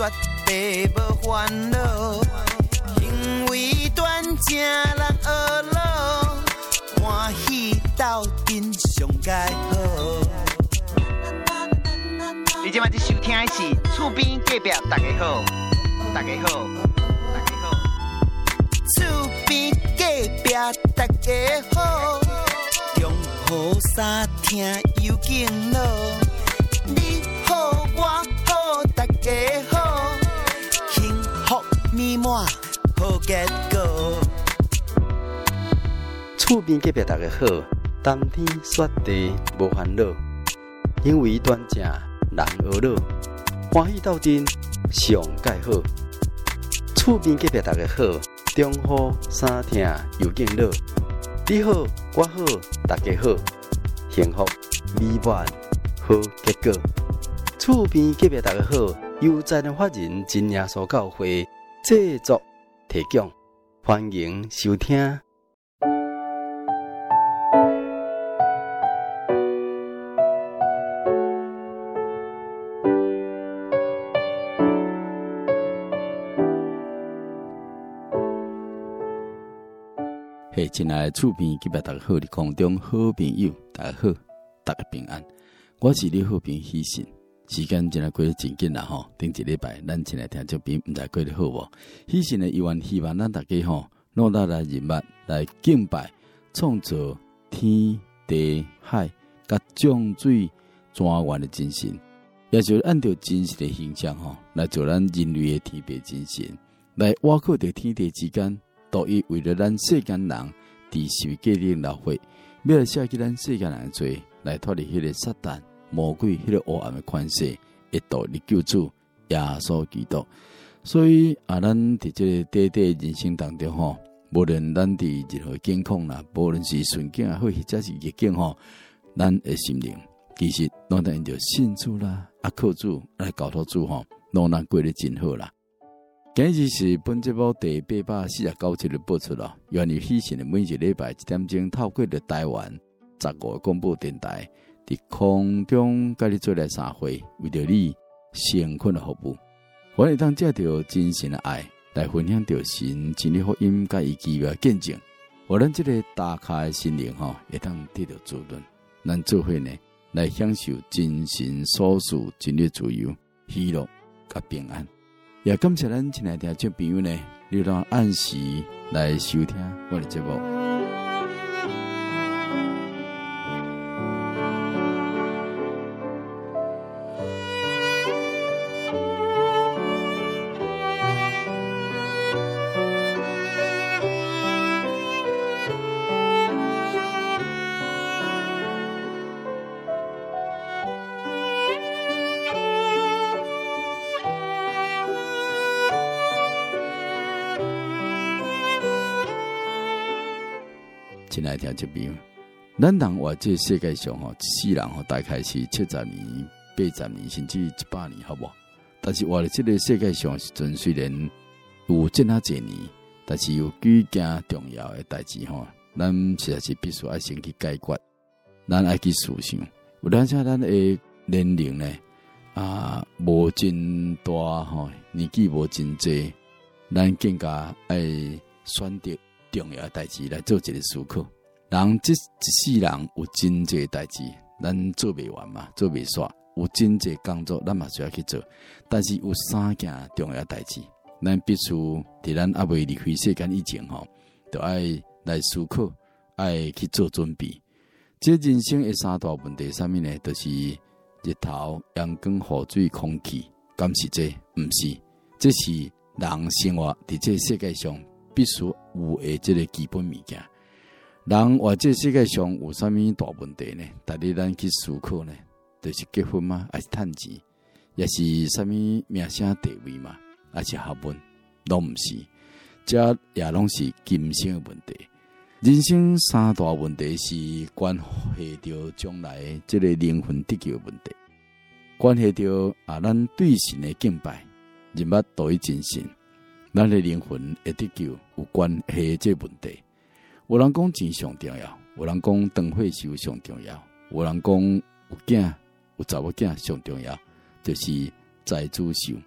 绝地无烦恼，行为端正人学老，欢喜斗阵上介好。你今摆在收听的是厝边隔壁大家好，大家好，大家好，厝边隔壁大家好，中好三听有敬老，你好我好大家好，幸福美满好结果。 厝边隔壁大家好，冬天雪地无烦恼，行为端正人学老，欢喜斗阵上介好。厝边隔壁大家好，中好三听又敬老，你好我好大家好，幸福美满好结果。厝边隔壁大家好，由在人法人真耶稣教会制作提供，欢迎收听。嘿，亲爱的厝边隔壁大家好，你空中好朋友大家好，大家平安。我是你好朋友喜信，时间真系过得真紧啦吼。顶一礼拜，咱亲爱听众朋友唔知过得好无？喜信的希望咱大家吼，努力来认捌来敬拜，创造天地海甲江水全源的真神，也就是按照真实的形象吼，来做咱人类的天别真神，来挖靠在天地之间。独一为了咱世间人伫受界定老会，要来写起咱世间人的罪，来脱离迄个撒旦魔鬼迄个黑暗的权势，一道的救主耶稣基督。所以咱伫这个短短人生当中吼，无论咱伫任何境况啦，无论是顺境也好，或者是逆境吼，咱的心灵其实拢得因着信主啦，靠主来交托主吼，拢咱过得真好啦。今日是本节目第849集的播出了，源于喜信的每一礼拜1点钟，透过了台湾15个广播电台，伫空中甲你做来3回，为着你诚恳的服务。我会当借着真神的爱来分享着神真理福音甲伊奇妙见证，互咱这个打开的心灵会当得到滋润。咱做伙呢来享受真神所赐真理自由、喜乐甲平安。也感谢咱亲爱的听众朋友呢，你让按时来收听我的节目。亲爱的听众朋友，咱人活这世界上世人大概是70年、80年甚至100年，好不好？但是活在这个世界上时阵，虽然有这么多年，但是有几件重要的代志咱实在是必须要先去解决，咱要去思想。有当时咱的年龄呢无真大年纪无真济，咱更加要选择重要的代志来做一个思考。人这一世人有真济代志，咱做不完嘛，做不煞。有真济工作，咱嘛需要去做。但是有3件重要的代志，咱必须伫咱还未离开世间以前就要来思考，要去做准备。这人生的3大问题，什么呢？就是日头、阳光、雨水、空气，敢是这？不是，这是人生活伫这世界上必须有的这个基本物件。人活这世界上有啥物大问题呢？带你咱去思考呢？就是结婚吗？还是趁钱？也是啥物名声地位吗？还是学问？拢不是，这也拢是今生的问题。人生3大问题是关系到将来这个灵魂得救的问题，关系到咱对神的敬拜，认捌独一真神，咱的灵魂会得救有关系这问题。有人讲钱上重要，有人讲长岁寿上重要，有人讲有囝有查某囝上重要，就是财主寿。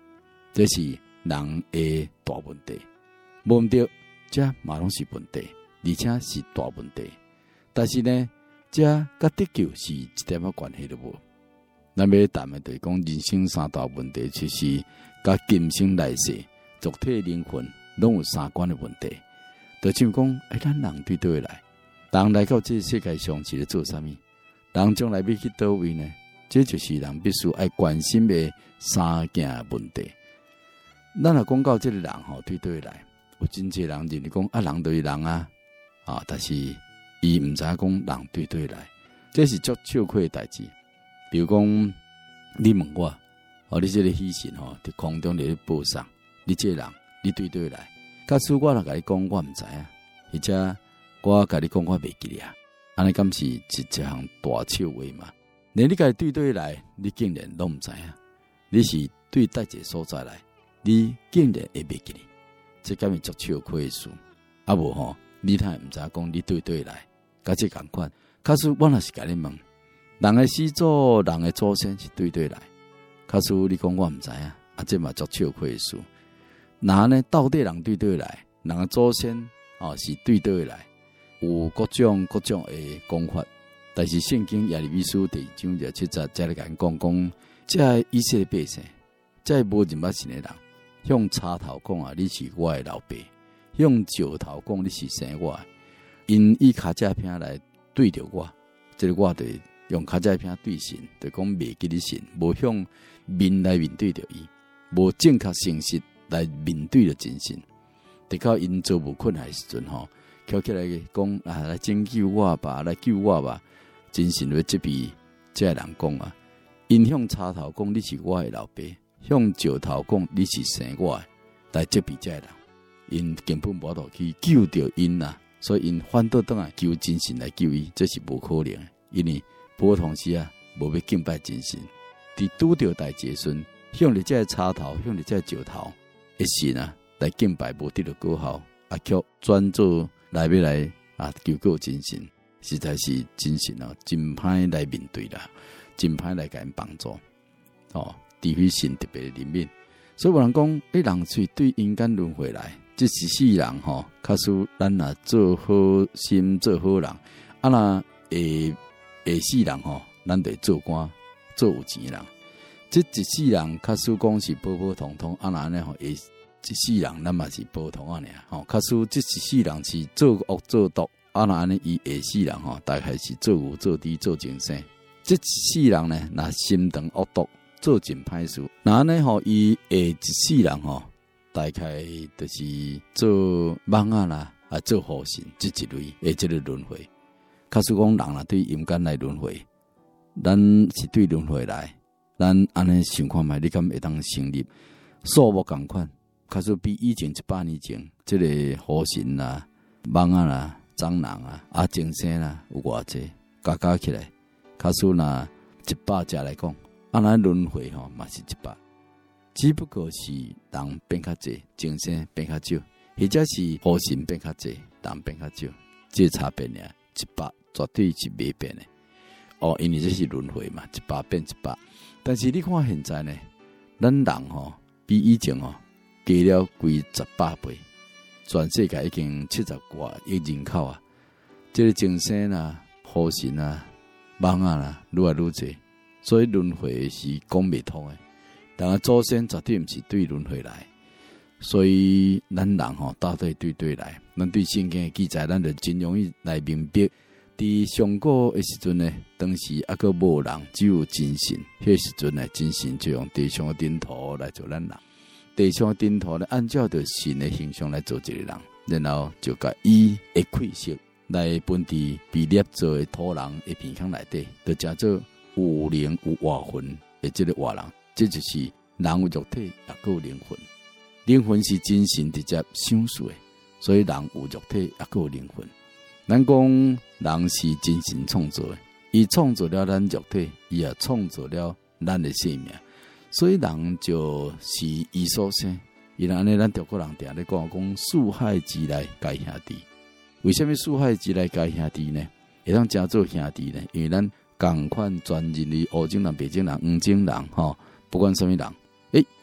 这是人的大问题。无毋对，这嘛拢是问题，而且是大问题。但是呢，这甲得救是一点仔关系都无。咱要谈的就是讲人生三大问题，其实甲今生来世、肉体、灵魂拢有相关的问题。就像讲，咱人对倒来，人来到这个世界上是咧做啥物？人将来要去倒位呢？这就是人必须爱关心的三件问题。咱若讲到这个人对倒来，有真济人认为讲人就是人但是伊毋知影讲人对倒来，这是足笑亏的代志。比如讲，你问我，你这个喜神伫空中咧播送，你这个人你对倒来，假使我若甲你讲，我毋知影，或者我甲你讲我袂记啊，安尼敢是一项大笑话嘛？连你家对倒来，你竟然拢毋知影，你是对待一个所在来，你竟然会袂记哩，这敢是足笑亏的事。无你太毋知影讲你对倒来，甲这共款。假使我若是甲你问，人的始祖、人的祖先是对倒来，假使你讲我毋知影，这嘛足笑亏的事。那呢，到底人对倒来，人的祖先是对倒来，有各种的讲法。但是圣经耶利米书第2章7节才来甲讲，这以色列百姓，这无认捌神的人，向插头讲你是我的老爸；向石头讲你是生我的。因以脚趾片来对着我，这个我就用脚趾片对神，就讲袂记你神，无向面来面对着伊，无正确诚实来面对着真神。直到因做无困难的时阵翘起来讲来拯救我吧，来救我吧。真神要责备这个人讲因向插头讲你是我的老爸，向石头讲你是生我的，来责备这个人。因根本无法度去救着因所以因反倒转来求真神来救伊，这是无可能的。因为普通时无要敬拜真神，伫拄着代志时，向你这个插头，向你这个石头的神来敬拜，无得到果效，却转做来要来求告真神。实在是真神真歹来面对啦，真歹来甲因帮助除非神特别的怜悯。所以有人讲，人是对阴间轮回来，这是世人假使咱若做好心做好人，若会世人咱得做官做有钱人。这一世人假使讲是普普通通，若安尼一世人咱嘛是普普通通尔假使这一世人是做恶做毒。若安尼，伊下世人大概是做有做低做精生。这一世人呢，若心肠恶毒，做真歹事。那安尼伊下一世人大概就是做蠓啦，做狐神这一类的这个轮回。假使讲人若对阴间来轮回，咱是对轮回来，咱安尼想看觅，你敢会当成立？数目共款，假使比以前100年前，这个狐神啦、蠓啦。蟑螂精生有偌济，加起来，假使拿100只来讲，咱轮回嘛是100，只不过是人变较济，精生变较少，或者是狐神变较济，人变较少，这差别尔，100绝对是袂变的。因为这是轮回嘛，100变100。但是你看现在呢，咱人比以前加了规18倍。全世界已经70多亿人口这个精神狐神蠓愈来愈济，所以轮回是讲袂通的。但祖先绝对毋是对轮回来，所以咱人到底对来，咱对圣经的记载，咱就真容易来明白。伫上古的时阵呢，当时还无人，只有真神。迄时阵呢，真神就用地上的尘土来做咱人。地上的尘土呢，按照着神的形象来做一个人，然后就甲伊的气息来分伫被捏做的土人的鼻孔内底，就叫做有灵有活魂的这个活人。这就是人有肉体，也有灵魂。灵魂是真神直接想出的，所以人有肉体，也有灵魂。咱讲人是真神创造的，伊创造了咱肉体，伊也创造了咱的生命。所以人就是伊所生，伊安尼咱中国人定咧讲四海之内皆兄弟。为什么四海之内皆兄弟呢？会当称做兄弟呢？因为咱共款全人类，黑种人、白种人、黄种人，不管什么人，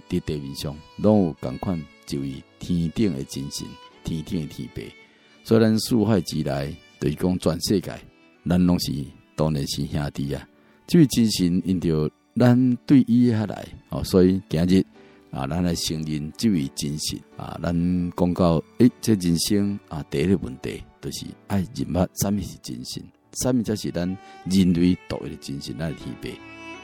伫地面上，拢有共款一位天顶的真神，天顶的天父。所以咱四海之内，就是讲全世界，咱拢是当然是兄弟啊。这位真神因着咱对伊遐来，所以今日咱来承认这位真神咱讲到这人生第一个问题，就是爱认捌什么是真神，什么才是咱人类独一的真神，咱的天父。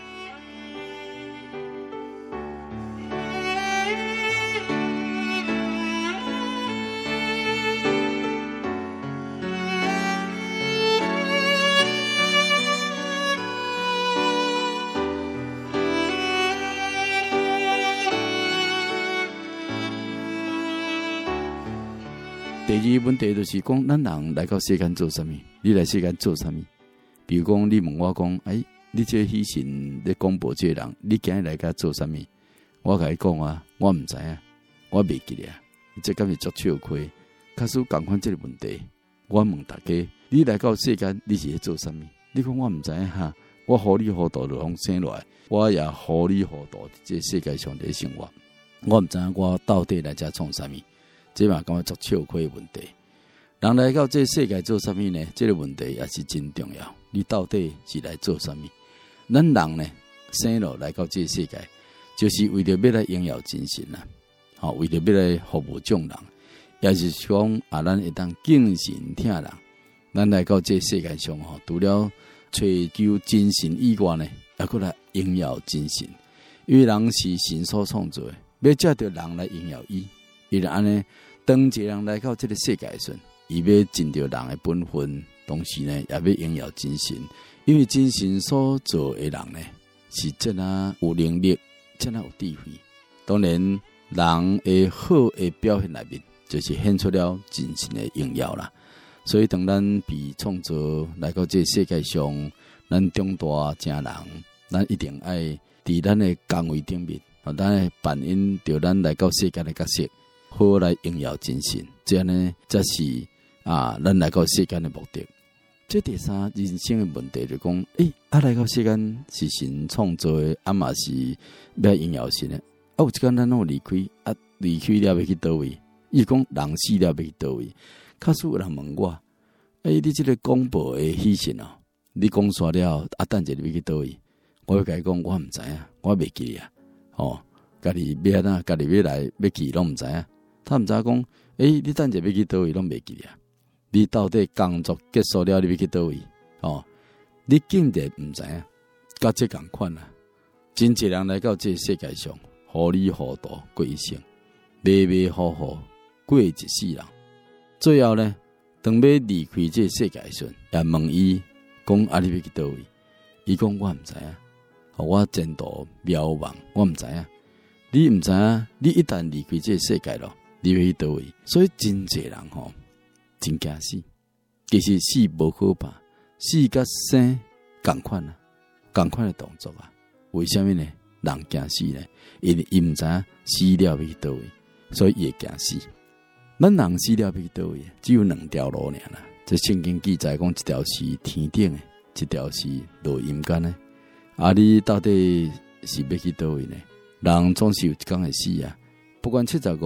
第二问题就是讲，咱人来到世间做什么？你来世间做什么？比如讲，你问我讲，你这虚神咧广播这个人，你今日来甲做什么？我甲伊讲我唔知啊，我袂记啊。这敢是足笑亏。假使共款这个问题，我问大家，你来到世间，你是咧做什么？你讲我唔知哈，我糊里糊涂就往生落来，我也糊里糊涂这世界上咧生活，我唔知我到底来遮创什么？这嘛感觉足笑亏的问题。人来到这世界做什么呢？这个问题也是真重要。你到底是来做什么？咱人呢，生落来到这世界，就是为了要来荣耀真神啦。为了要来服务众人，也是讲咱会当敬神听人。咱来到这世界上除了追求真神以外呢，也过来荣耀真神。因为人是神所创造的，要借着人来荣耀伊。伊就安尼，当一个人来到这个世界时，伊要尽着人的本分，同时呢，也要荣耀真神。因为真神所做的人呢，是真啊有能力，真啊有智慧。当然，人的好的表现内面，就是显出了真神的荣耀啦。所以，当咱被创造来到这个世界上，咱长大成人，咱一定爱伫咱的岗位顶面，咱会扮演着咱来到世界的角色。好来荣耀真神，这样呢，才是咱来到世间的目的。这第三人生的问题就讲，来到世间是神创造的，嘛是要荣耀神的。有一天咱拢离开，离开了要去倒位？伊讲人死了要去倒位？假使有人问我，你这个广播的牺牲你讲煞了，等者你要去倒位？我会甲伊讲，我唔知啊，我袂记啊，家己要哪，家己要来要去拢唔知啊。他唔知讲，你等者要去倒位，拢袂记啊？你到底工作结束了，你要去倒位？你竟然唔知啊？甲这共款啊！真侪人来到这世界上，糊里糊涂过一生，迷迷糊糊过一世人。最后呢，当要离开这世界时，也问伊讲你要去倒位？伊讲我唔知啊，我前途渺茫，我唔知啊。你唔知啊？你一旦离开这世界了。你要去倒位？所以真侪人真惊死。其实死无可怕，死甲生共款啊，共款的动作啊。为什么呢？人惊死呢？因为伊唔知死了要去倒位，所以伊会惊死。咱人死了要去倒位，只有两条路尔啦。这圣经记载讲，一条是天顶的，一条是落阴间的。你到底是要去倒位呢？人总是有一天会死啊，不管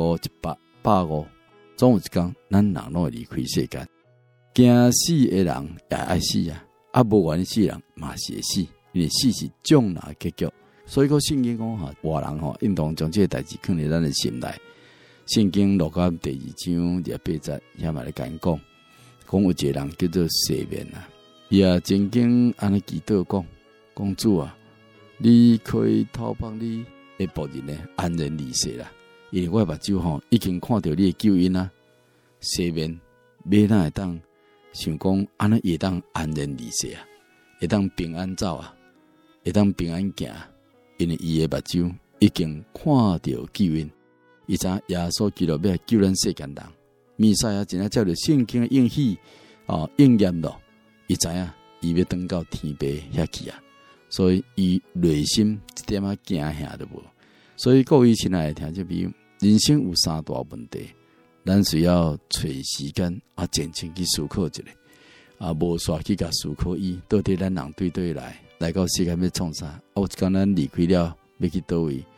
75、100、总有一天，咱人拢会离开世间。惊死的人也爱死啊，无愿意死的人嘛是会死，因为死是将来结局。所以个圣经讲活人应当将这个代志放在咱的心内。圣经路加第2章28节遐嘛咧讲，有一个人叫做西面啊，伊也曾经安尼祈祷讲主啊，你可以透帮你的仆人呢安然离世啦。因为我目睭已经看到你的救恩啊，西面要哪会当想讲安尼会当安然离世啊，会当平安走啊，会当平安行，因为伊的目睭已经看到救恩，伊知耶稣基督要救咱世间人，弥赛亚真正照着圣经的应许应验了，伊知影伊要登到天父遐去啊，所以伊内心一点惊吓都无。所以各位亲爱的听众朋友，人生有三大问题，咱需要找时间静静去思考一下，无煞去甲思考伊到底咱人对来到世界要创啥？有一天咱离开了要去倒位？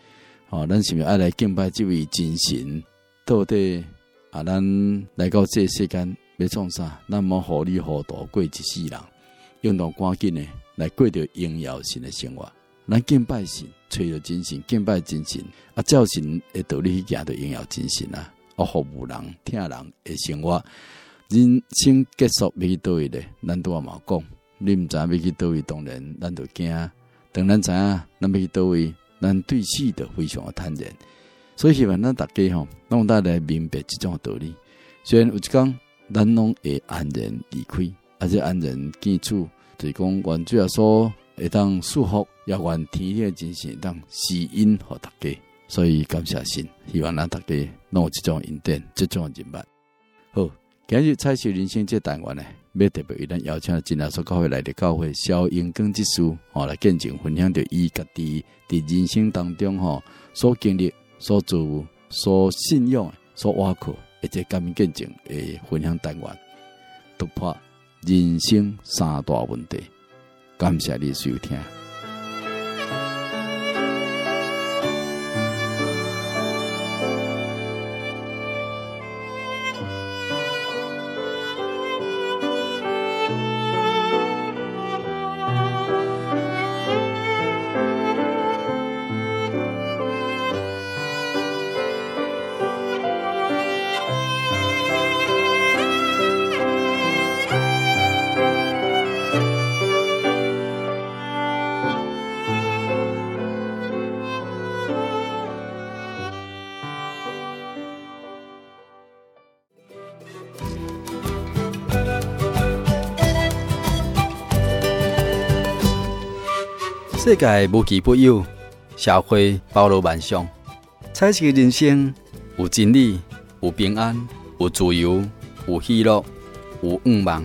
咱是毋是爱来敬拜这位真神？到底咱来到这世间要创啥？咱莫糊里糊涂过一世人，用到赶紧的来过着荣耀神的生活。咱敬拜神，找着真神，敬拜真神，照神的道理去行着荣耀真神啊！服务人、听人的生活，人生结束要去倒位咧？咱拄嘛讲，你毋知要去倒位，当然咱就惊。当咱知影咱要去倒位，咱对死就非常的坦然。所以希望咱大家拢大来明白这种道理。虽然有一天咱拢会安然离开，而且安然见主，就是讲愿主耶稣会当祝福，也愿天地真神会当施恩给大家。所以感谢神，希望咱大家拢有这种恩典，这种人脉。好，今日彩色人生这单元呢，要特别为咱邀请真耶稣教会来的教会肖英根之师来见证分享着伊家己伫人生当中所经历、所做、所信仰、所挖苦，而且感恩见证的分享单元，突破人生三大问题。感谢你收听。世界无奇不有，社会包罗万象。彩色人生有真理，有平安，有自由，有喜乐，有愿望。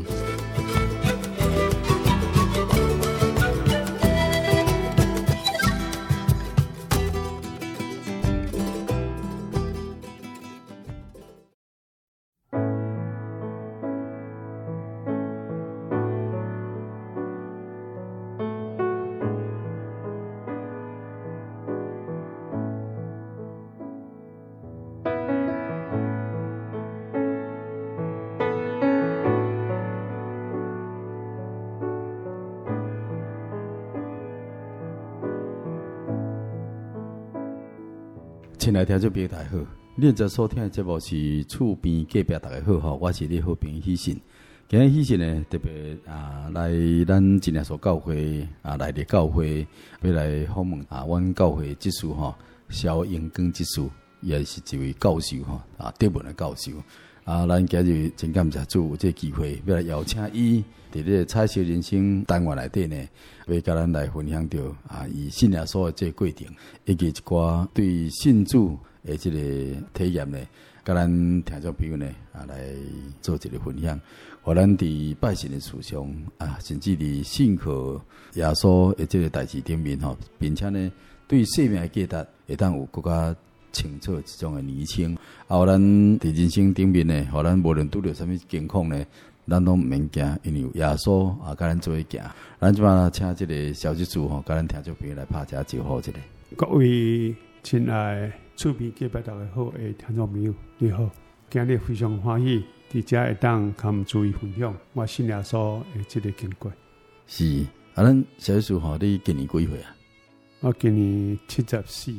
亲爱的听众朋友大家好，你现在所听的节目是厝边隔壁大家好我是你好朋友喜信。今日喜信呢特别来咱真耶稣教会来的教会要来访问阮教会执事肖英根执事，也是一位教授德文的教授咱今日真感谢主有这个机会要来邀请伊伫这彩色人生单元内底呢，要甲咱来分享到以信耶稣的这个过程，以及一寡对信主的这个体验呢，甲咱听众朋友呢来做一个分享，互咱伫拜神的事上甚至伫信靠耶稣的这个代志顶面并且呢对生命的价值会当有更加清楚这种的厘清，互咱伫人生顶面呢，互咱无论拄着什么境况呢，咱拢毋免惊，因为有耶稣甲咱做伙行。咱即摆请这个小执事甲咱听众朋友来拍者招呼一下。 各位亲爱厝边隔壁大家好的听众朋友，你好，今日非常欢喜，伫遮会当甲诸位分享我信耶稣的这个经过。 是咱小执事你今年几岁啊？ 我今年74岁。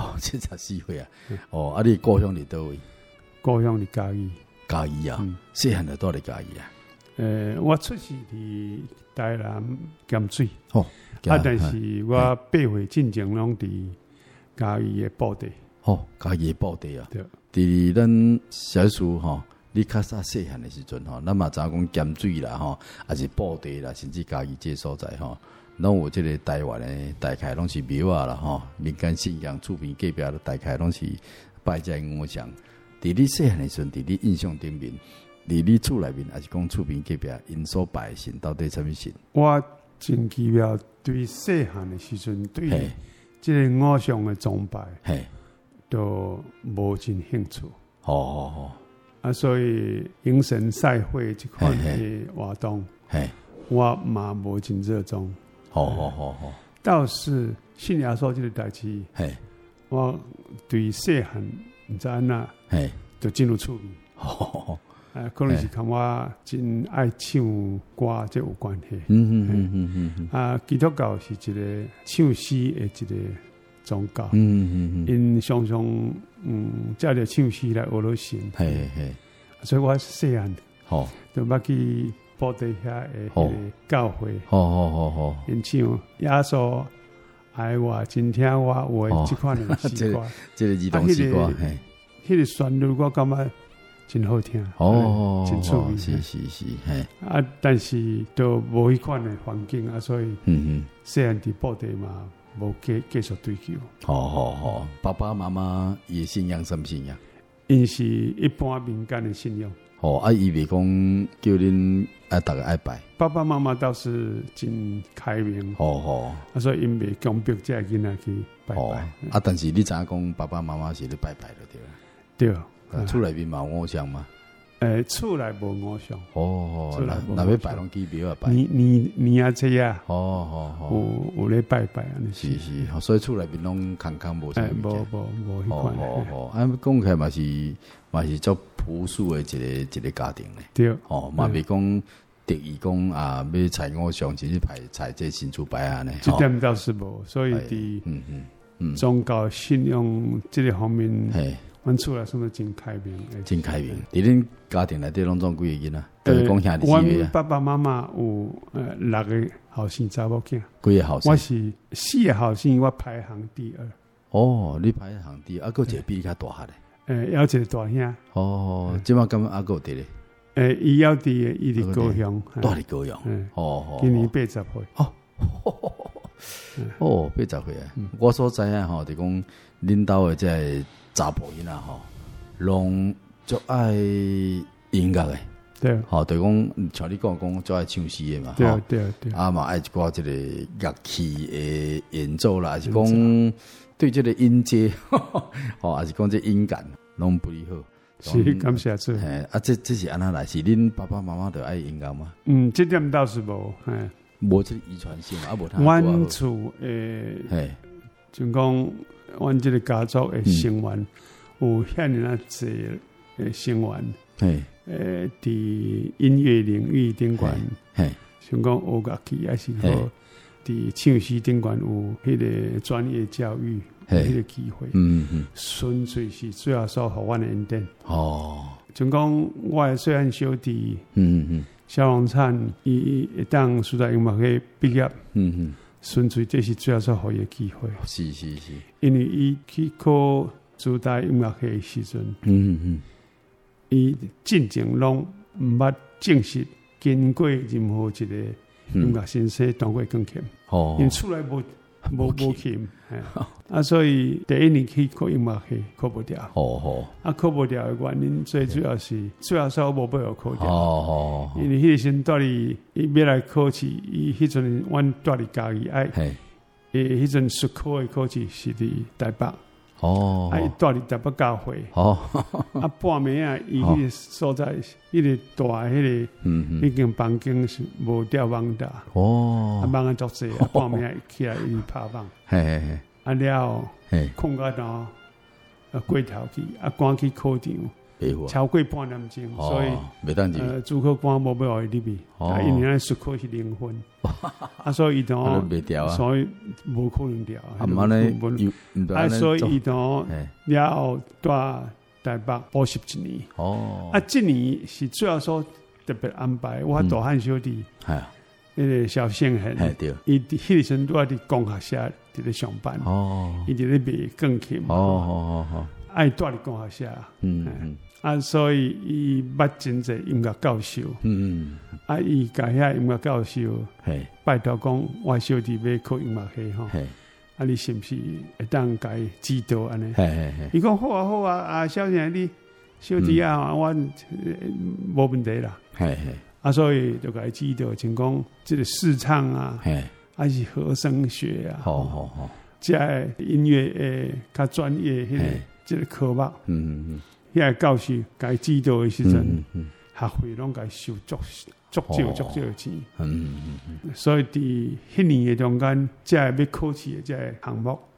74岁啊！你故乡伫倒位？ 故乡伫嘉义。 嘉义啊，细汉就住伫嘉义啊。 我出世伫台南咸水。但是我8岁进前拢伫嘉义的布袋。 嘉义的布袋啊。 对。 伫咱小事你较细汉的时阵咱嘛知影讲咸水啦还是布袋啦，甚至嘉义这所在拢有这个台湾的大概拢是庙啊啦民间信仰厝边隔壁的大概拢是拜这偶像。伫你细汉的时阵，伫你印象顶面，伫你厝内面，还是讲厝边隔壁因所拜的神，到底什么神？ 我真奇妙，对细汉的时阵，对这个偶像的崇拜，都无真兴趣。所以迎神赛会这款的活动，我嘛无真热衷。倒是信耶稣这个代志， 我对细汉毋知安那，就进入趣味。可能是同我真爱唱歌这有关系。基督教是一个唱诗的一个宗教。因常常借着唱诗来学了神。所以我细汉就捌去布袋遐的迄个教会。因唱耶稣爱我，真听我话，这款的诗歌。 这个儿童诗歌， 迄个旋律我感觉真好听，真趣味。 是， 但是都无迄款的环境啊，所以细汉伫布袋嘛，无继续追求。 爸爸妈妈伊信仰什么信仰？ 因是一般民间的信仰。 伊袂讲叫恁大家爱拜。 爸爸妈妈倒是真开明。所以因袂强迫这囡仔去拜拜。 但是你知影讲爸爸妈妈是咧拜拜就对啦。对。厝内面嘛有偶像嘛？ 厝内无偶像。 那要拜拢去庙啊拜。 你啊这啊。有咧拜拜啊。 是，所以厝内面拢空无啥物件。 无迄款。 讲起来嘛是足朴素的一个家庭咧。 对。 嘛袂讲特意讲要采偶像，只是采这新厝拜安尼。 这点倒是无，所以伫宗教信仰这个方面。阮厝内算是真开明， 真开明。伫恁家庭内底拢总几个囡仔？就是讲兄弟姊妹阮爸爸妈妈有6个后生查某囝， 几个后生？ 我是4个后生，我排行第2。 你排行第2，还有一个比你较大下咧。还有一个大兄。 即摆敢还有伫咧？ 伊要伫伊伫高雄， 住伫高雄。 今年80岁。 80岁啊！我所知啊，就讲恁兜的这查甫囡仔拢足爱音乐的。 对。 就讲像你讲足爱唱诗的嘛。 对。 嘛爱一寡这个乐器的演奏啦，还是讲对这个音阶，还是讲这音感拢不离好。 是感谢主。 这是安怎来？是恁爸爸妈妈都爱音乐吗？ 这点倒是无。 无这遗传性啊，无他。 阮厝就讲，阮这个家族的成员有遐尼啊济的成员，伫音乐领域顶悬，像讲学乐器还是说伫唱诗顶悬有迄个专业教育，迄个机会，纯粹是最后所互阮的恩典。像讲我的细汉小弟，萧荣灿伊会当输在音乐系毕业，纯粹这是最后所互伊的机会。 是， 因为伊去考主大音乐系的时阵，伊进前拢毋捌正式经过任何一个音乐先生当过钢琴，因为厝内无琴，所以第一年去考音乐系考不掉，考不掉的原因最主要是最后所无被我考掉，因为迄个时阵住伫伊要来考试，伊迄阵阮住伫嘉义，迄阵术科的考试是伫台北。伊住伫台北教会。半暝啊，伊迄个所在，迄个大迄个，迄间房间是无吊网的。网啊足济啊，半暝啊起来伊拍网。了，困到到过头去，赶去考场。超过半点钟，所以主考官无要互伊入去，因为咱术科是0分，所以伊当所以无可能调。所以伊当了后在台北补习1年。这年是最后所特别安排，我大汉小弟，那个小宪恒，伊迄个时阵都在工学社伫咧上班，伊伫咧卖钢琴，爱住伫工学社。所以伊捌真济音乐教授，伊甲遐音乐教授拜托讲，我小弟要考音乐系吼，你是毋是会当甲伊指导安尼？伊讲好啊好啊，小弟你小弟我无问题啦。所以就甲伊指导，像讲这个视唱啊，还是和声学啊，即个音乐较专业迄个即个科目，遐个教授甲伊指导的时阵，学费拢甲伊收足少钱。所以伫迄年的中间，即个要考试的即个项目，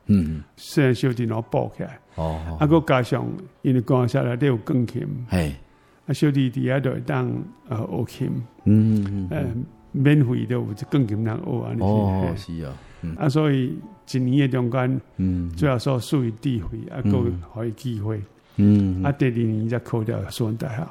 虽然小弟然后抱起来，个加上因为讲下来都有钢琴，小弟底下就会当学琴，免费都有钢琴能学啊， 是啊，所以一年的中间，最后说属于地费，个可以机会，第二年才考到师范大学。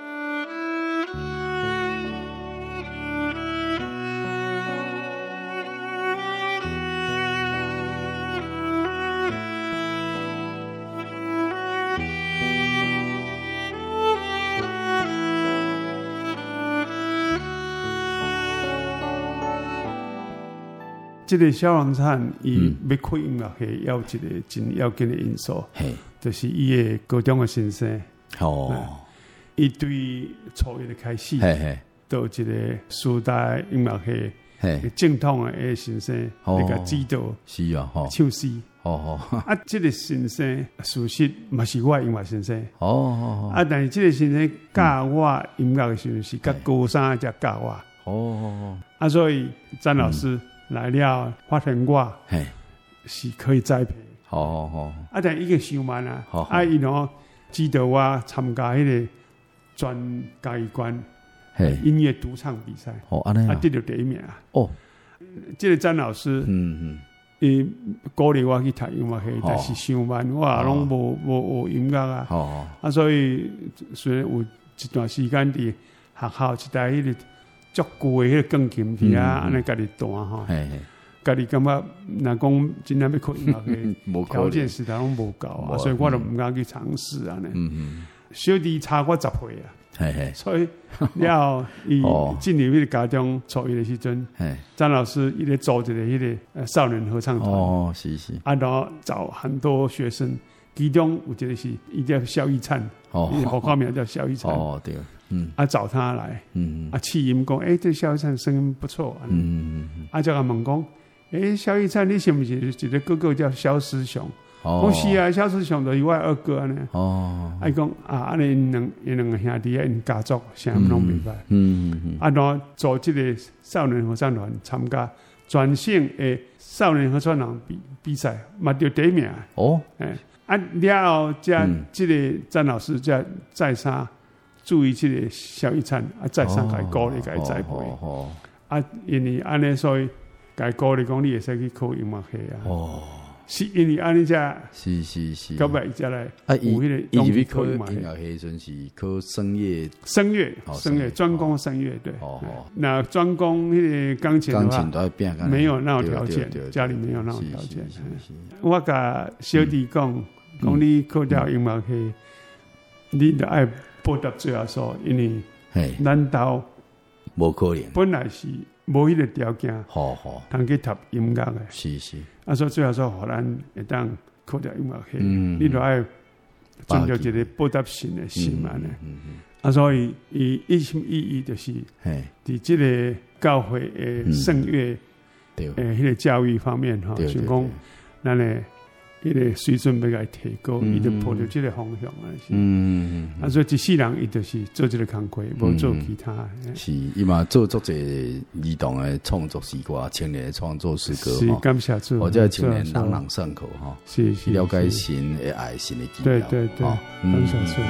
这个萧煌璨伊要开音乐系，要一个真要紧的因素，就是伊的高中的先生。伊对初一的开始，到一个时代音乐系正统的先生那个指导， 是啊， 唱诗。这个先生事实嘛是我音乐先生。但是这个先生教我音乐的时候是甲高三才教我。所以詹老师来了，发现我是可以栽培。但伊个想慢啊，伊喏指导我参加迄个专嘉义关音乐独唱比赛，得到第一名啊。这个詹老师，伊鼓励我去读音乐系，但是想慢，我也拢无学音乐啊。所以虽然有一段时间伫学校一台迄个足久的迄个钢琴底啊，安尼家己弹吼，家己感觉若讲真正要考音乐系，条件实在拢无够啊，所以我就唔敢去尝试安尼。小弟差我10岁啊，所以了伊进入迄个家中初一的时阵，张老师伊咧组一个迄个少年合唱团，然后找很多学生，其中有一个是伊叫萧一灿，户口名叫萧一灿， 对。 找他来，气音讲，这萧一灿声音不错，叫他问讲，萧一灿，你是不是一个哥哥叫萧思雄？我是啊，萧思雄就是我二哥安尼。伊讲安尼因两个兄弟因家族啥物拢明白。然后做这个少年合唱团参加全省的少年合唱团比赛，嘛得第一名。了后这个詹老师再三注意这个萧一灿，再三给鼓励给栽培。因为安尼，所以给鼓励讲，你会使去考音乐系啊。是因为安尼才是， 到尾才来有迄个伊入去考音乐系，阵是考声乐，专攻声乐，对。那专攻迄个钢琴的话，没有那种条件，家里没有那种条件。我甲小弟讲你考掉音乐系，你就爱报答最后数，因为咱兜无可能， 本来是无迄个条件，通去读音乐的。 是。 所以最后说，互咱会当考掉音乐系，你就爱尽着一个报答性的心安尼。所以伊一心一意就是伫这个教会的圣乐迄个教育方面想讲咱的迄个水准要甲伊提高，伊就抱着这个方向所以一世人伊就是做这个工课，无做其他。 是，伊嘛做足侪儿童的创作诗歌，青年的创作诗歌， 是感谢主， 或者青年朗朗上口是了解神的爱，神的基调， 对，感谢主。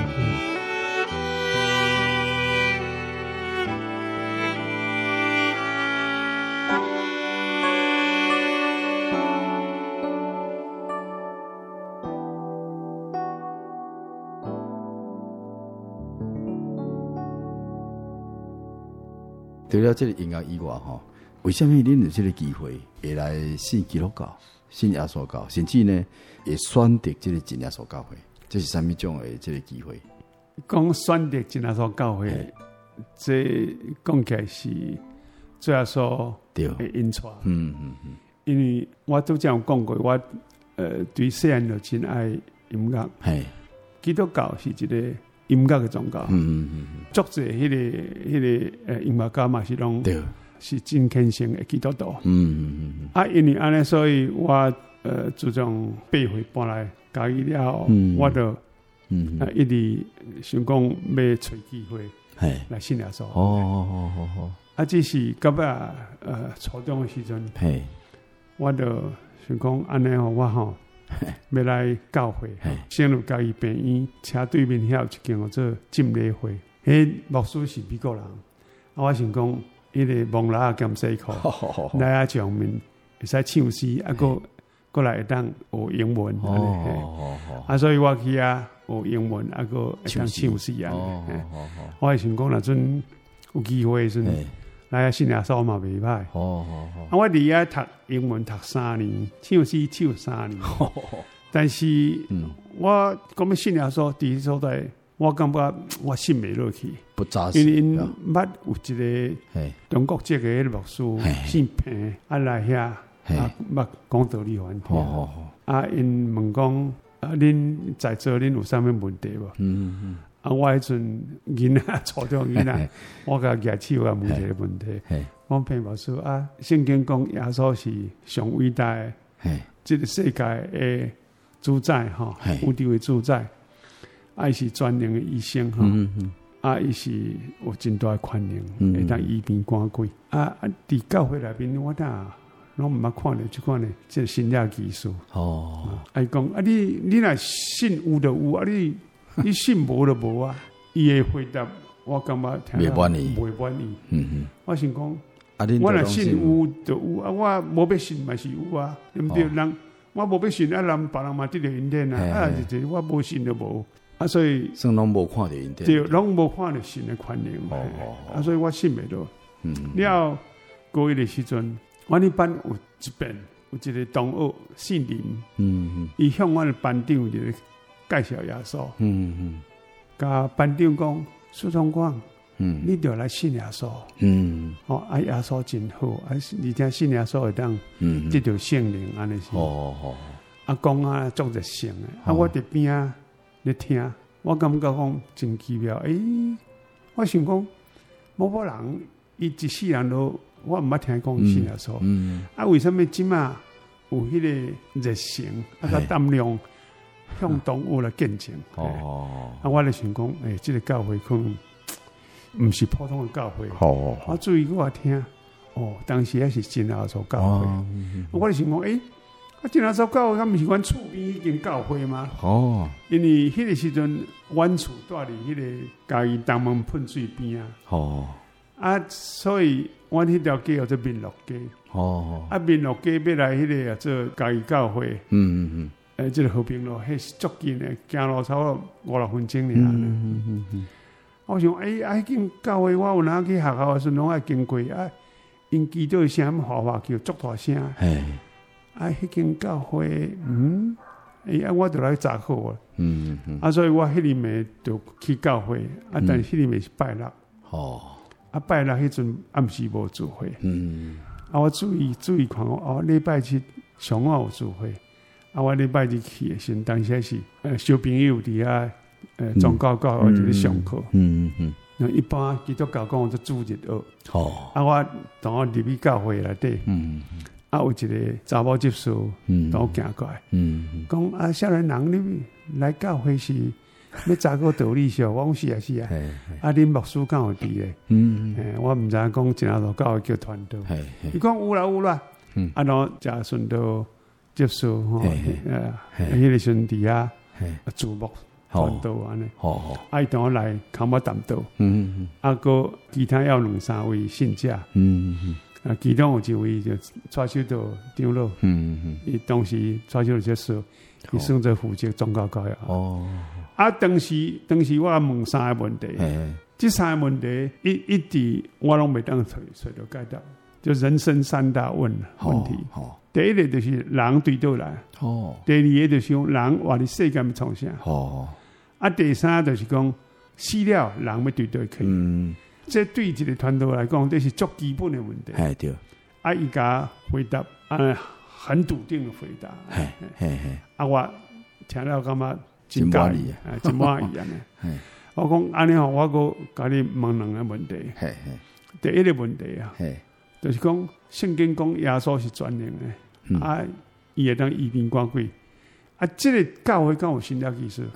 除了这个音乐以外为什么恁有这个机会会来信基督教、信耶稣教，甚至呢会选择这个真耶稣教会？这是什么种的这个机会？ 讲选择真耶稣教会，这讲起来是最耶稣的因错。因为我都这样讲过，我对世人就真爱音乐。基督教是一个音乐的宗教，作者迄个音乐家嘛是拢是真虔诚的基督徒。因为安尼，所以我自从8岁搬来嘉义了，我就一直想讲要找机会来信耶稣。这是到尾初中的时阵，我就想讲安尼吼，我吼要来教会，圣路加医病院车对面遐有一间叫做浸礼会，迄牧师是美国人，我想讲迄个蒙拉兼西课来啊上面会使唱诗，过来会当学英文，所以我去啊学英文，个会当唱诗啊。我会想讲若阵有机会时阵来啊信耶稣嘛袂歹。我伫遐读英文读3年，唱诗唱3年，但是我讲要信耶稣，第一所在，我感觉我信袂落去， 不扎实。 因为因捌有一个中国籍的牧师姓平，来遐。捌讲道理互阮听，因问讲恁在座恁有啥物问题无？我迄阵囡仔初中囡仔，我甲举手啊问一个问题，讲平牧师啊，圣经讲耶稣是上伟大的，即个世界的主宰吼，有地位主宰，伊是全能的医生吼，伊是有真大的权能，会当医病赶鬼伫教会内面我当。拢毋捌看咧，就看咧，即新亚技术。伊讲你若信有就有，你信无就无啊。伊的回答，我感觉听袂满意。我想讲，我若信有就有啊，我无要信嘛是有啊，对不对？人我无要信啊，人别人嘛得着因天啊，就是我无信就无所以算拢无看着因天， 对，拢无看着神的权能。所以我信袂落。了高一的时阵。我哋班有一遍有一个同学姓林，伊向我的班长就介绍耶稣，甲班长讲苏崇光，你着来信耶稣，耶稣真好，而且信耶稣会当得到圣灵安尼是，讲啊足热心的，我伫边啊咧听，我感觉讲真奇妙，我想讲某人伊一世人都。我毋捌听讲信耶稣，为什么即马有迄个热情甲胆量向动物来见证？我咧想讲，即个教会可能毋是普通的教会。我注意我听，当时还是真耶稣教会。我咧想讲，真耶稣教会，敢毋是阮厝边迄间教会吗？因为迄个时阵，阮厝住伫迄个嘉义东门喷水边啊。所以。阮迄条街叫做民乐街，民乐街要来迄个叫做嘉义教会，即个和平路，迄是足近的，行路差不多5-6分钟尔。我想，迄间教会，我有哪去学校的时候，拢爱经过因祈祷声哗叫足大声，迄间教会，我就来查考所以我迄年暝就去教会，但是迄年暝是拜六。拜六迄阵暗时无聚会，我注意看礼拜7上午有聚会，我礼拜日去的时，当时是小朋友伫遐宗教教学就是上课，一般基督教讲做主日学，我当我入去教会内底，有一个查某执事当我行过来，讲少年人你来教会是。要查个道理是，我讲是啊，恁牧师敢有伫咧？我毋知影讲真阿教会叫传道，伊讲有啦，然后就顺道接受迄个时阵伫遐主牧传道安尼，伊同我来看我谈道，个其他要2-3位信者，其中有一位就带手到长老，伊当时带手到接受，伊算做负责宗教教育。当时我问3个问题，这3个问题一直我拢袂当找到解答，就人生3大问题。第一个就是人对倒来，第二个就是人活伫世界要创啥，第三就是讲死了人要对倒去。这对一个团队来讲，这是最基本的问题。 对。 伊甲回答很笃定的回答。我听了感觉。真满意真满意安尼。我讲安尼我个甲你问2个问题。第一个问题就是讲圣经讲耶稣是全能的，伊会当医病赶鬼。这个教会敢有新约技术？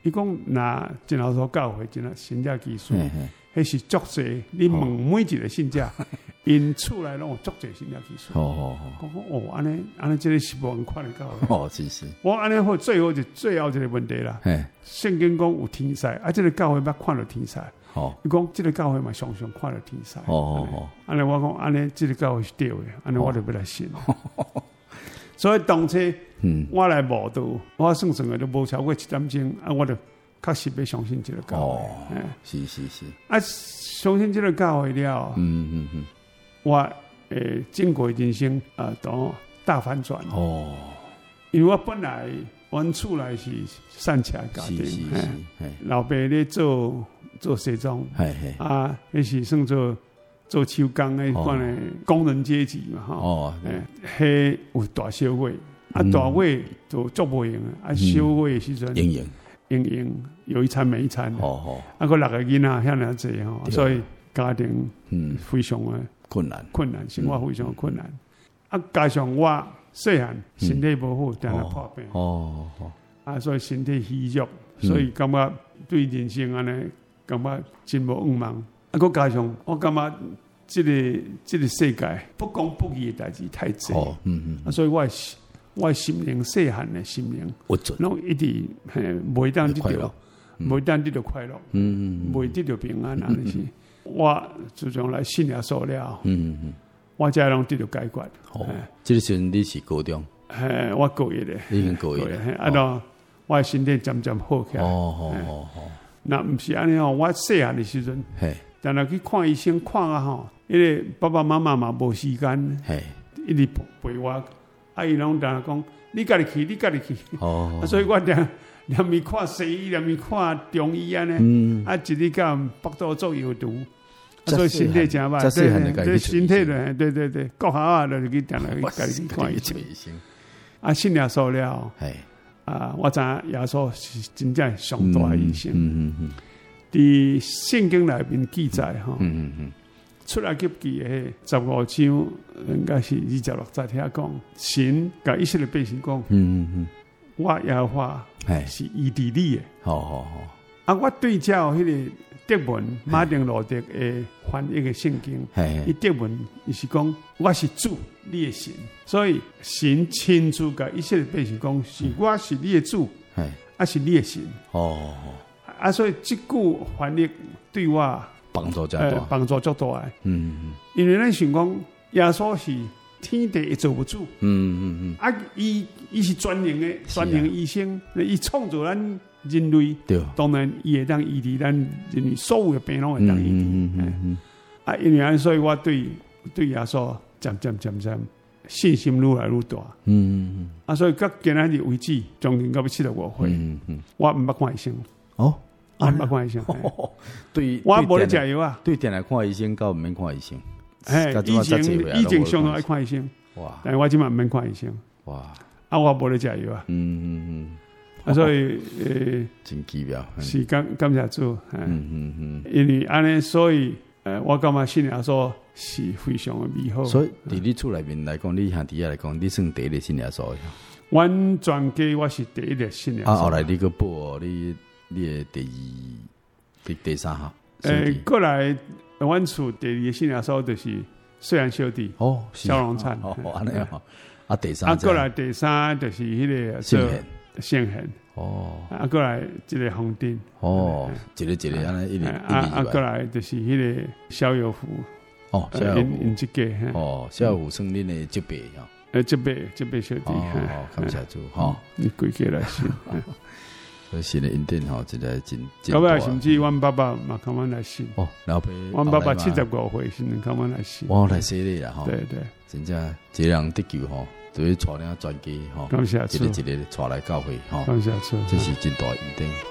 伊讲那真老所教会真信者技术，迄是足济。你问每一个信者，因厝内拢有足济信者技术。讲安尼，这个是无人看得到的。 是。 我安尼好，最后一个问题啦。圣经讲有天使，这个教会捌看到天使。伊讲这个教会嘛，常常看到天使。安尼我讲安尼，这个教会是对的，安尼我就要来信。所以当初我来慕道，我算的都无超过7点钟，我就确实要相信这个教会。 是。 相信这个教会了，我经过人生都大反转。因为我本来阮厝内是散车家庭，老爸咧做西装，那是算做手工的款的工人阶级嘛，迄有大小尾，大尾就做不赢小尾的时阵营有一餐没一餐，个6个囡仔遐尔济所以家庭非常的困难， 生活非常困难。加上我细汉身体无好，定来破病，所以身体虚弱，所以感觉对人生安尼感觉真无愿望。佮加上我感觉这个世界不公不义的代志太多，所以我心灵细汉的心灵，拢一直袂当得到快乐，袂得到平安安尼是。我自从来信耶稣了，我才拢得到解决。 这个时阵你是高中？ 我高一咧， 你已经高一咧。我身体渐渐好起来。那毋是安尼我细汉的时阵，但係去看醫生看因為爸爸媽媽嘛無時間，一直陪我，伊攏當講你家己去，所以我連咪看西醫，連咪看中醫安尼，一日到北島做藥毒，所以身體真歹，對身體咧，對，國校就去定來家己去看醫生，信耶穌了，我知耶穌是真正上大的醫生。伫聖經內面記載出埃及記嘅15章，應該是26節遐講，神甲以色列百姓講，我耶和華是醫治你嘅。我對照迄個德文馬丁路德嘅翻譯嘅聖經，伊德文伊是講我是主，你嘅神，所以神親自甲以色列百姓講，是我是你嘅主，是你嘅神。所以這句翻譯對我幫助較大，因為咱想講耶穌是天地一造物主，伊是全能的醫生，伊創造咱人類，當然伊會當醫治咱人類所有的病攏會當醫治。因為所以我對耶穌漸信心愈來愈大，所以到今仔日為止，將近到75歲，我唔捌看醫生。我唔捌看醫生，我無咧食藥啊。 對，定來看醫生，到唔免看醫生。 以前上都愛看醫生，但係我即馬唔免看醫生。我無咧食藥啊。所以真奇妙， 是感謝主。因為安尼，所以我感覺信耶穌是非常的美好。 所以喺你厝內面來講，你兄弟來講，你算第一個信耶穌。 阮全家我是第一個信耶穌。 後來你個報你的第三下， 過來阮厝第二個信耶穌就是雖然小弟小龍燦， 安尼第三， 過來第三就是迄個聖賢，過來這個紅燈， 一個安尼一直， 過來就是迄個小有福，因這個小有福算恁的這輩這輩小弟， 感謝主， 你歸家來信。 信的恩典真係真。 後尾甚至阮爸爸嘛，看阮來信。 老爸， 阮爸爸75歲時陣，看阮來信。 我來寫你啦， 對， 真正這人得救對帶領全家感謝主， 一個帶來教會感謝主， 這是真大恩典。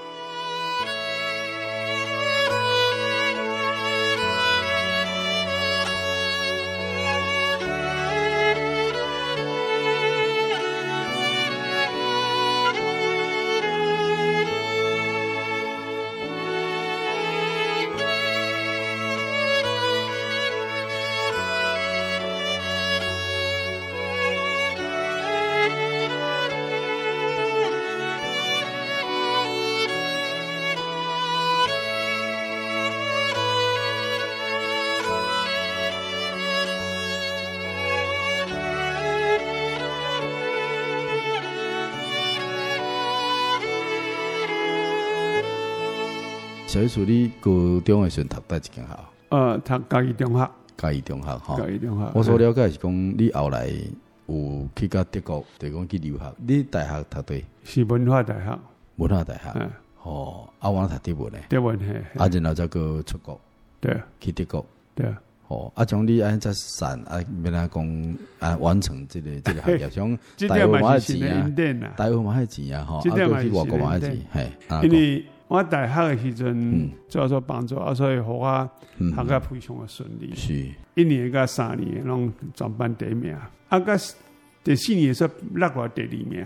小意思，你高中的时候读哪一间校？ 读嘉义中学。 嘉义中学哈。 嘉义中学。 我所了解是讲，你后来有去到德国，就是讲去留学。你大学读对？ 是文化大学。 文化大学。哦，我读德文嘞。 德文嘿。 然后再个出国。 对。 去德国。 对。 像你安再散要哪讲完成这个学业，像台湾嘛系钱啊，台湾嘛系钱啊，吼，去外国嘛系钱，嘿。 因为我大学的时阵主要说帮助，所以互我学业非常的顺利。是，1年甲3年拢全班第一名，甲第4年说落落第2名。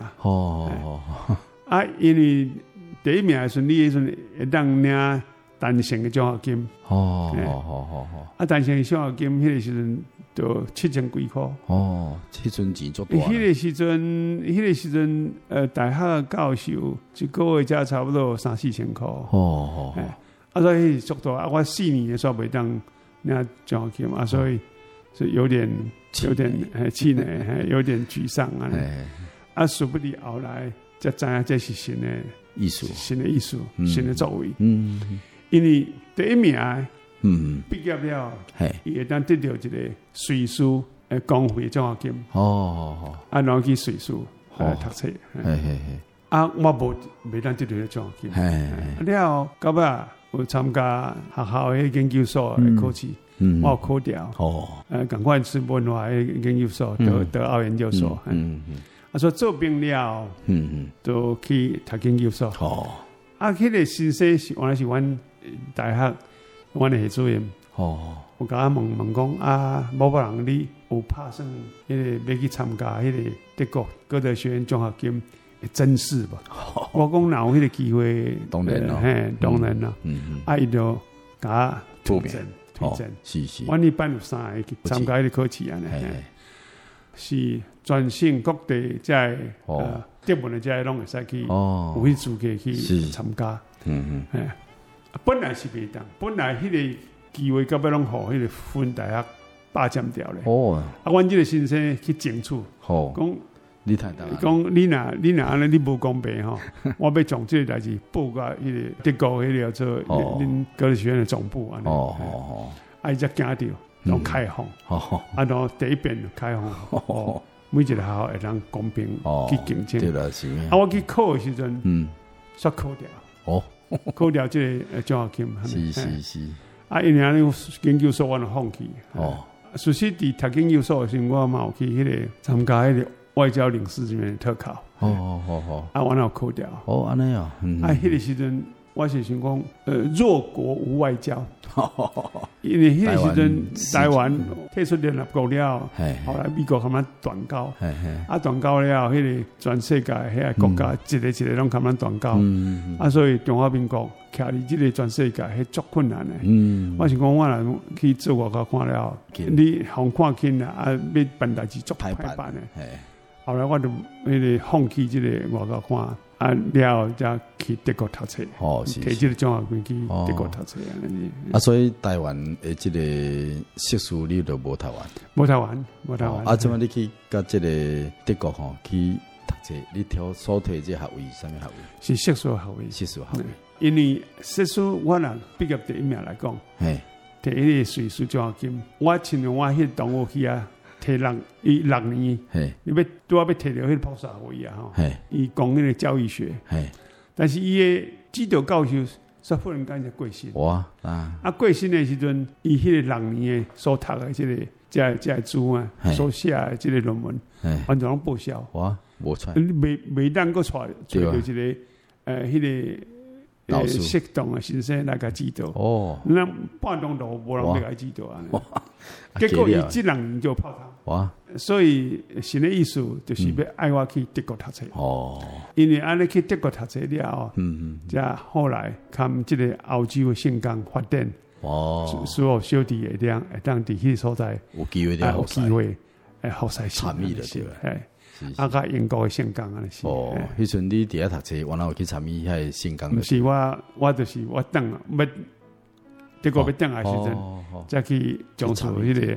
因为第1名顺利的时阵会当领单程的奖学金。单程的奖学金，迄个时阵就7000几块。 迄阵钱足大。 迄个时阵，大学教授一个月才差不多3-4千块。所以足大。我4年的时候袂当领奖学金，所以是有点气馁，有点沮丧啊。殊不知后来才知影这是新的艺术，新的作为。因为第1名毕业了，伊会当得到一个瑞士公费奖学金。然后去瑞士读册。我袂当得到奖学金。了到尾有参加学校的研究所的考试，我有考掉。赶快是文化的研究所，德奥研究所。所以做兵了，就去读研究所。迄个先生是原来是阮大学阮的系主任。我甲问讲某人你有拍算迄个要去参加迄个德国歌德学院奖学金的甄试吧？我讲哪有迄个机会？ 当然咯， 当然啦。伊就甲推荐。 是。 阮一般有3个去参加迄个考试安尼。是全省各地在德文的在拢会使去，有迄资格去参加。本来是袂当，本来迄个机会到尾拢互迄个分大学霸占掉咧。阮即个先生去争取，讲你太大， 讲你若安尼，你无公平吼！我要将即个代志报到迄个德国迄个做恁歌德学院的总部安尼。伊才惊着。拢开放，然后第一遍就开放，每一个学校会当公平去竞争。 对啦，是。 我去考的时阵，煞考掉。考掉这个奖学金。 是。 因为安尼研究所我就放弃。其实伫读研究所的时候，我嘛有去迄个参加迄个外交领事这边的特考。我有考掉。 安尼啊。 迄个时阵。我是想讲，弱国无外交，因为迄个时阵台湾退出联合国了，后来美国他们断交，断交了，迄个全世界迄个国家一个拢他们断交，所以中华民国徛伫这个全世界迄足困难的。我想讲，我若去做外交看了，你互看轻啦，要办代志足歹办的。后来我就迄个放弃这个外交看。了才去德国读册，摕这个奖学金去德国读册。 所以台湾的这个硕士你都无读完， 无读完。 怎么你去到这个德国去读册？你所摕这学位，什么学位？ 是硕士学位。 硕士学位。 因为硕士我若毕业第1名来讲，摕迄个瑞士奖学金，我亲像我迄同学去啊。摕6年，你要拄要摕到迄个博士学位啊！伊讲迄个教育学，但是伊的指导教授煞忽然间就过身。过身的时阵，伊迄个6年的所读的这个书啊，所写的这个论文，完全拢报销。 无错， 袂当搁找到一个迄个。适当的先生来甲指导，那半中途无人要甲指导啊。结果伊这2年就泡汤。所以新的意思就是要爱我去德国读册。因为安尼去德国读册了，才后来看这个欧洲的圣工发展，所有小弟会当伫迄个所在有机会好使参与了对。 甲英国的圣工安尼是。 迄阵你伫遐读册，我哪有去参与遐圣工？ 毋是我就是我等要德国要等的时阵，才去从事迄个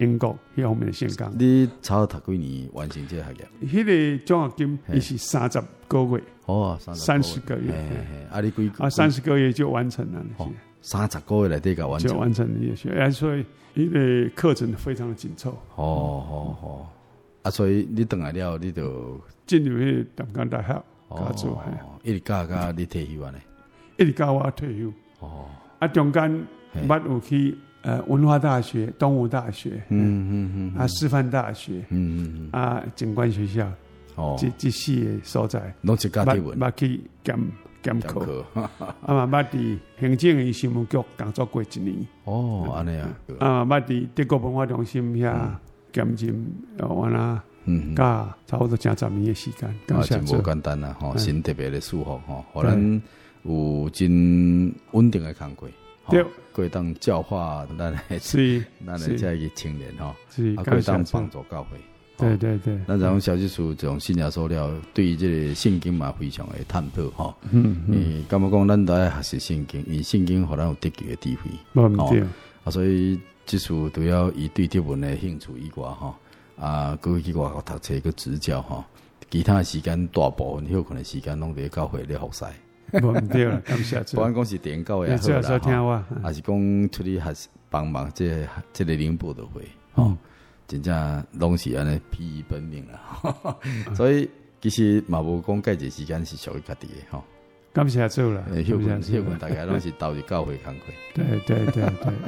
英国迄方面的线工。 你差读几年完成这个学业？ 迄个奖学金伊是30个月， 哦，30个月， 啊，你几30个月就完成了 ，30个月来底个完成， 就完成了学，所以迄个课程非常的紧凑。 哦，啊，所以你回来了，你就进入迄个淡江大学教做， 一直教你退休安尼， 一直教我退休。哦，啊，中间捌有去文化大学、东吴大学，啊，师范大学，啊，警官学校，这四个所在， 拢是家己文， 捌去检考，啊嘛捌伫行政院新闻局工作过1年。 哦，安尼啊，捌伫德国文化中心遐兼任，完啦，教差不多将10年的时间， 真无简单啦，吼，神特别的祝福吼，互咱有真稳定的工作。对，可以当教化咱的这个青年哈，可以当帮助教会。 对， 咱这种小技术这种新亚说了，对于这个圣经嘛非常的探讨哈。感觉讲咱都要学习圣经，因为圣经互咱有得救的智慧。所以技术都要以对这文的兴趣以外哈，各去外国读册个指教哈，其他的时间大部分有可能时间拢在教会咧服侍。 无毋对啦，感谢主。 不管讲是电教也好啦，还是讲出去还是帮忙这个领部的会，真正拢是安尼疲于奔命啦。所以其实嘛无讲介济时间是属于家己的吼。 感谢主啦， 休困大家拢是投入教会工课。 对。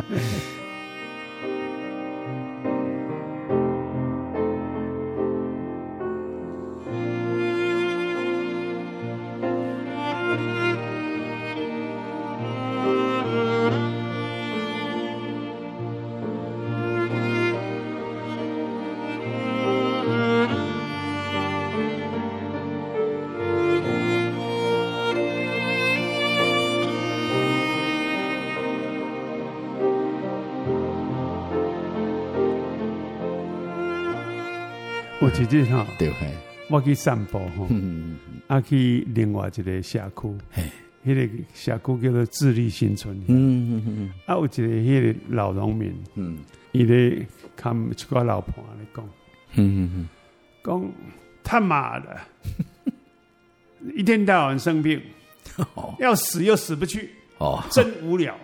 我其实哈，我去散步哈，去另外一个社区，迄个社区叫做自立新村，有一个迄个老农民，伊咧看一个老婆咧讲他妈的，一天到晚生病，要死又死不去，真无聊。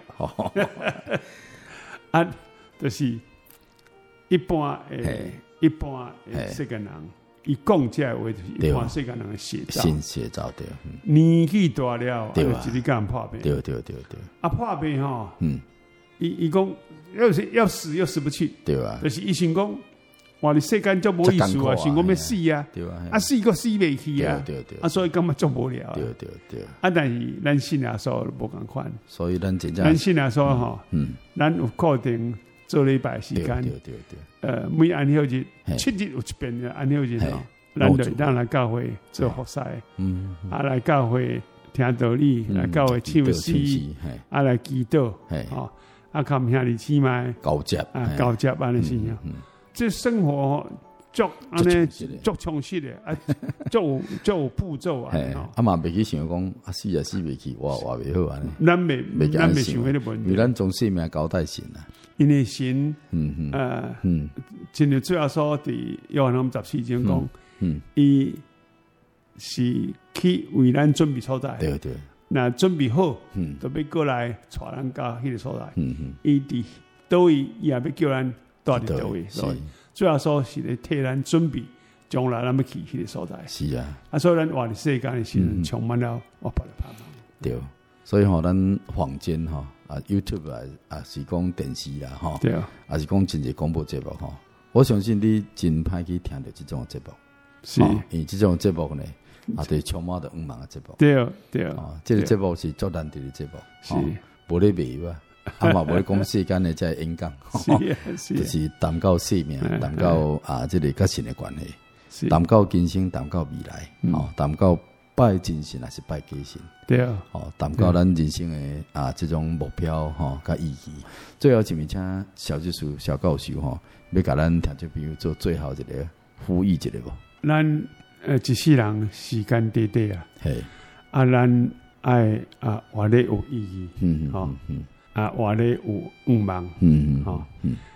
就是一般世间人，伊讲这话就是一般世间人的写照， 新写照对。 年纪大了，就一日干破病， 对。 破病吼，伊讲要死又死不去， 对啊， 就是伊想讲，哇，你世间足无意思啊，想讲要死啊， 对啊死个死袂去啊， 对， 所以感觉足无聊， 对。 但是咱信耶稣无共款， 所以咱真正咱信耶稣吼，咱有固定做礼拜时间， 对。 每安息日7日有一遍的安息日吼，咱就当来教会做服侍，来教会听道理，来教会唱诗，来祈祷，看兄弟姊妹交接安尼是啊，这生活足安尼足充实的足有步骤啊， 嘛袂去想讲死袂去，活袂好安尼， 咱袂想迄个问题， 因为咱从生命交代神啊。 因为神，真正最后说伫约翰福音14章讲，伊是去为咱准备所在， 对。 那准备好，就要过来带咱到迄个所在。伊伫倒位，伊也要叫咱到伫倒位。所以最后说是咧替咱准备将来咱要去迄个所在。 是啊， 所以咱活伫世间的时阵，充满了活泼的盼望。 对，所以咱坊间YouTube 是讲电视啦， 对， 也是讲真侪广播节目我相信你真歹去听到这种节目， 是， 因为这种节目呢，对充满着茫茫的节目， 对， 这个节目是足难得的节目， 是， 无咧卖啊，嘛无咧讲世间的这演讲， 是， 就是谈到生命，谈到这个甲神的关系，谈到今生，谈到未来，谈到拜真神还是拜假神， 对， 谈到咱人生的这种目标甲意义。最后一面请小技术小教授要甲咱听众朋友做最后一个呼吁一下无？ 咱一世人时间短短啊，咱爱活得有意义，活得有愿望，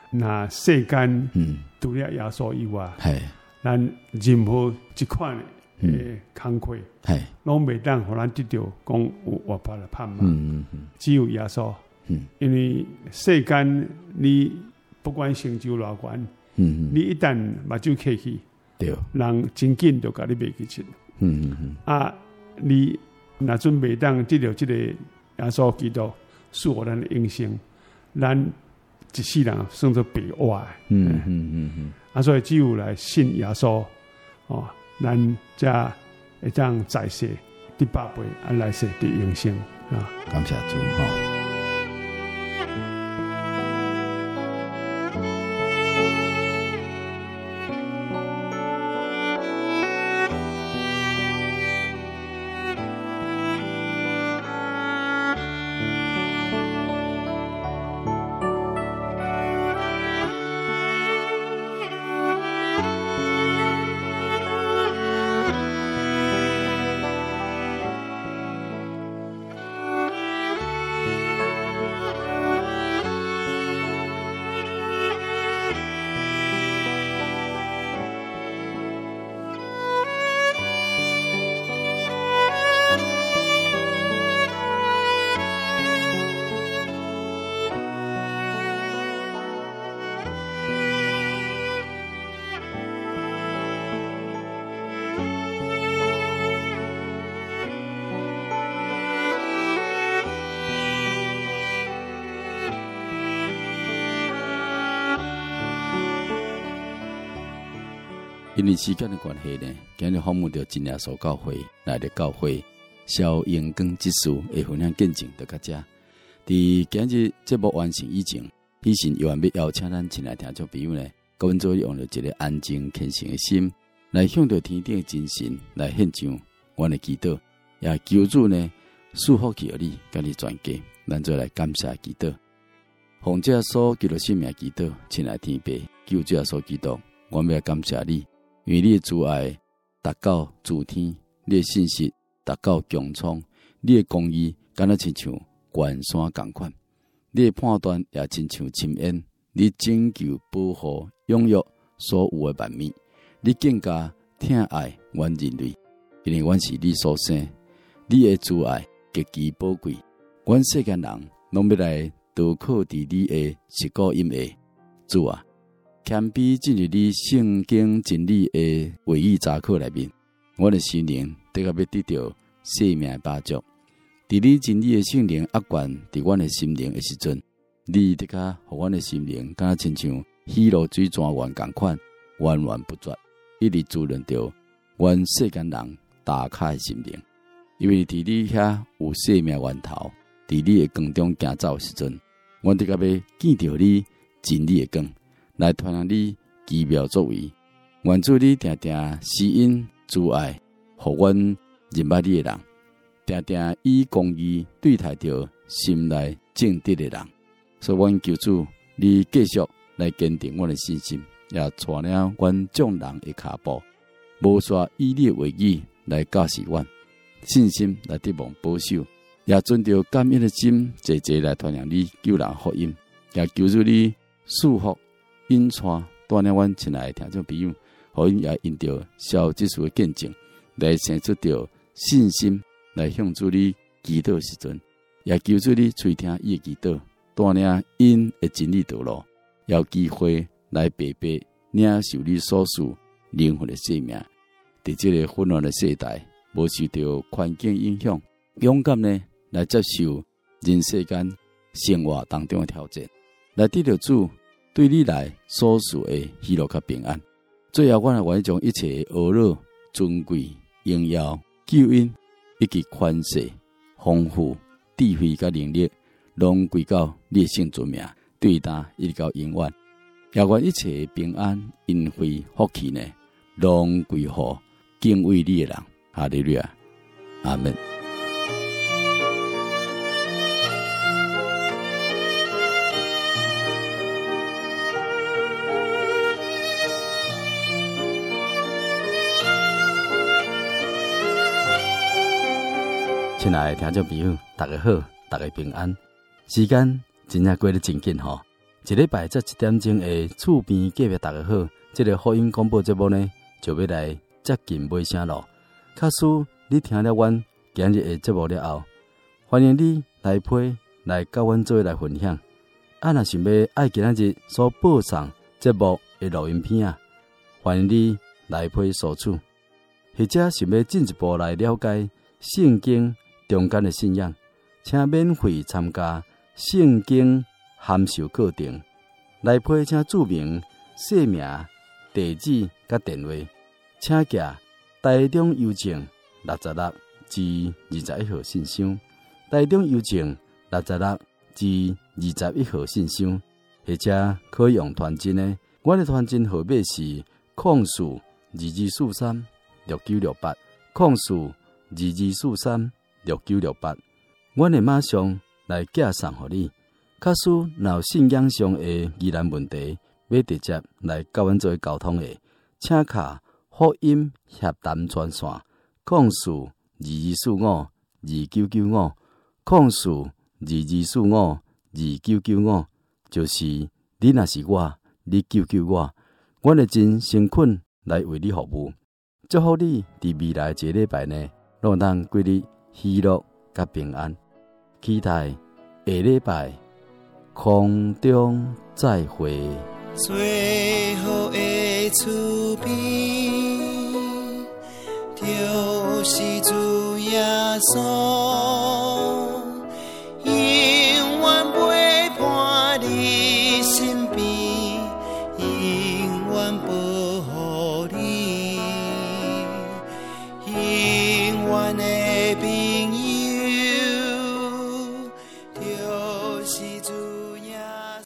那世间除了耶稣以外，咱任何一款的工课，拢袂当互咱得到讲有活泼的盼望。只有耶稣，因为世间你不管成就偌悬，你一旦目睭开去，人真紧就甲你袂记清。你若准袂当得到这个耶稣基督赐予咱的永生，咱一世人算作白活的。所以只有来信耶稣，咱才会当在世第8辈，来世第永生啊！ 感谢主因为时间的关系呢，今日访问到真耶稣教会来的教会肖永光执事会分享见证到到这。伫今日节目完成以前，以前又要邀请咱亲爱听众朋友呢，跟阮做用了一个安静虔诚的心，来向着天顶的真神来献上阮的祈祷，也求主呢赐福给你，甲你全家，咱做来感谢祈祷。奉这所基督生命祈祷，亲爱天父，求这所祈祷，我们要感谢你。因为你的慈爱达到诸天，你的信息达到穹苍，你的公义敢若亲像关山同款，你的判断也亲像深渊，你拯救保护拥有所有的万物，你更加疼爱阮人类，因为阮是你所生，你的慈爱极其宝贵，阮世间人拢要来投靠伫你的十个音下，主啊！谦卑进入你圣经真理的唯一查考内面，我的心灵得要得到生命把助。伫你真理的圣灵压灌伫阮的心灵的时阵，你得甲互阮的心灵，敢若亲像喜乐水泉源共款，源源不绝，一直滋润着阮世间人打开的心灵。因为伫你遐有生命源头，伫你的光中行走的时阵，阮得要见到你真理的光。来传扬你奇妙作为，愿主你定定施恩慈爱，互阮认捌你的人，定定以公义对待着心内正直的人。所以，阮求主你继续来坚定阮的信心，也带领阮众人的脚步，无煞以你的话语来教示阮，信心来得望保守，也存着感恩的心，齐齐来传扬你救人福音，也求主你赐福。因带带领阮亲爱的听众朋友，互因也因着小即事的见证，来生出着信心，来向主你祈祷时阵，也求主你垂听伊的祈祷，带领因的真理道路，有机会来白白领受你所赐灵魂的生命。伫这个混乱的世代，无受到环境影响，勇敢呢来接受人世间生活当中的挑战，来得到主。对你来所属的喜乐和平安，最后我也愿意将一切恶乐、尊贵、荣耀、救恩以及宽恕、丰富、智慧和能力，拢归到你的圣尊名，对答一直到永远。也愿一切平安、恩惠、福气呢，拢归乎敬畏你的人。哈利路亚，阿门。亲爱的听众朋友，大家好，大家平安。时间真正过得真紧吼， 一礼拜这1点钟的厝边隔壁大家好，这个福音广播节目呢，就要来接近尾声咯。假使你听了阮今日的节目了后，欢迎你来批来跟阮做来分享。若想要爱今仔日所播送节目的录音片啊，欢迎你来批索取。或者想要进一步来了解圣经中间的信仰，请免费参加圣经函授课程。来批请注明姓名、地址甲电话，请寄台中邮政66至21号信箱，台中邮政66至21号信箱，或者可以用传真的，我的传真号码是0422436968，0422436968，我会马上来寄送给你。假使若有信仰上的疑难问题，要直接来甲阮做沟通的，请卡福音协谈专线，0422452995，0422452995，就是你若是我，你救救我，我会真诚恳来为你服务。祝福你伫未来一个礼拜呢，拢当过日喜乐甲平安。期待下礼拜空中再会。 最后的厝边，就是主耶稣。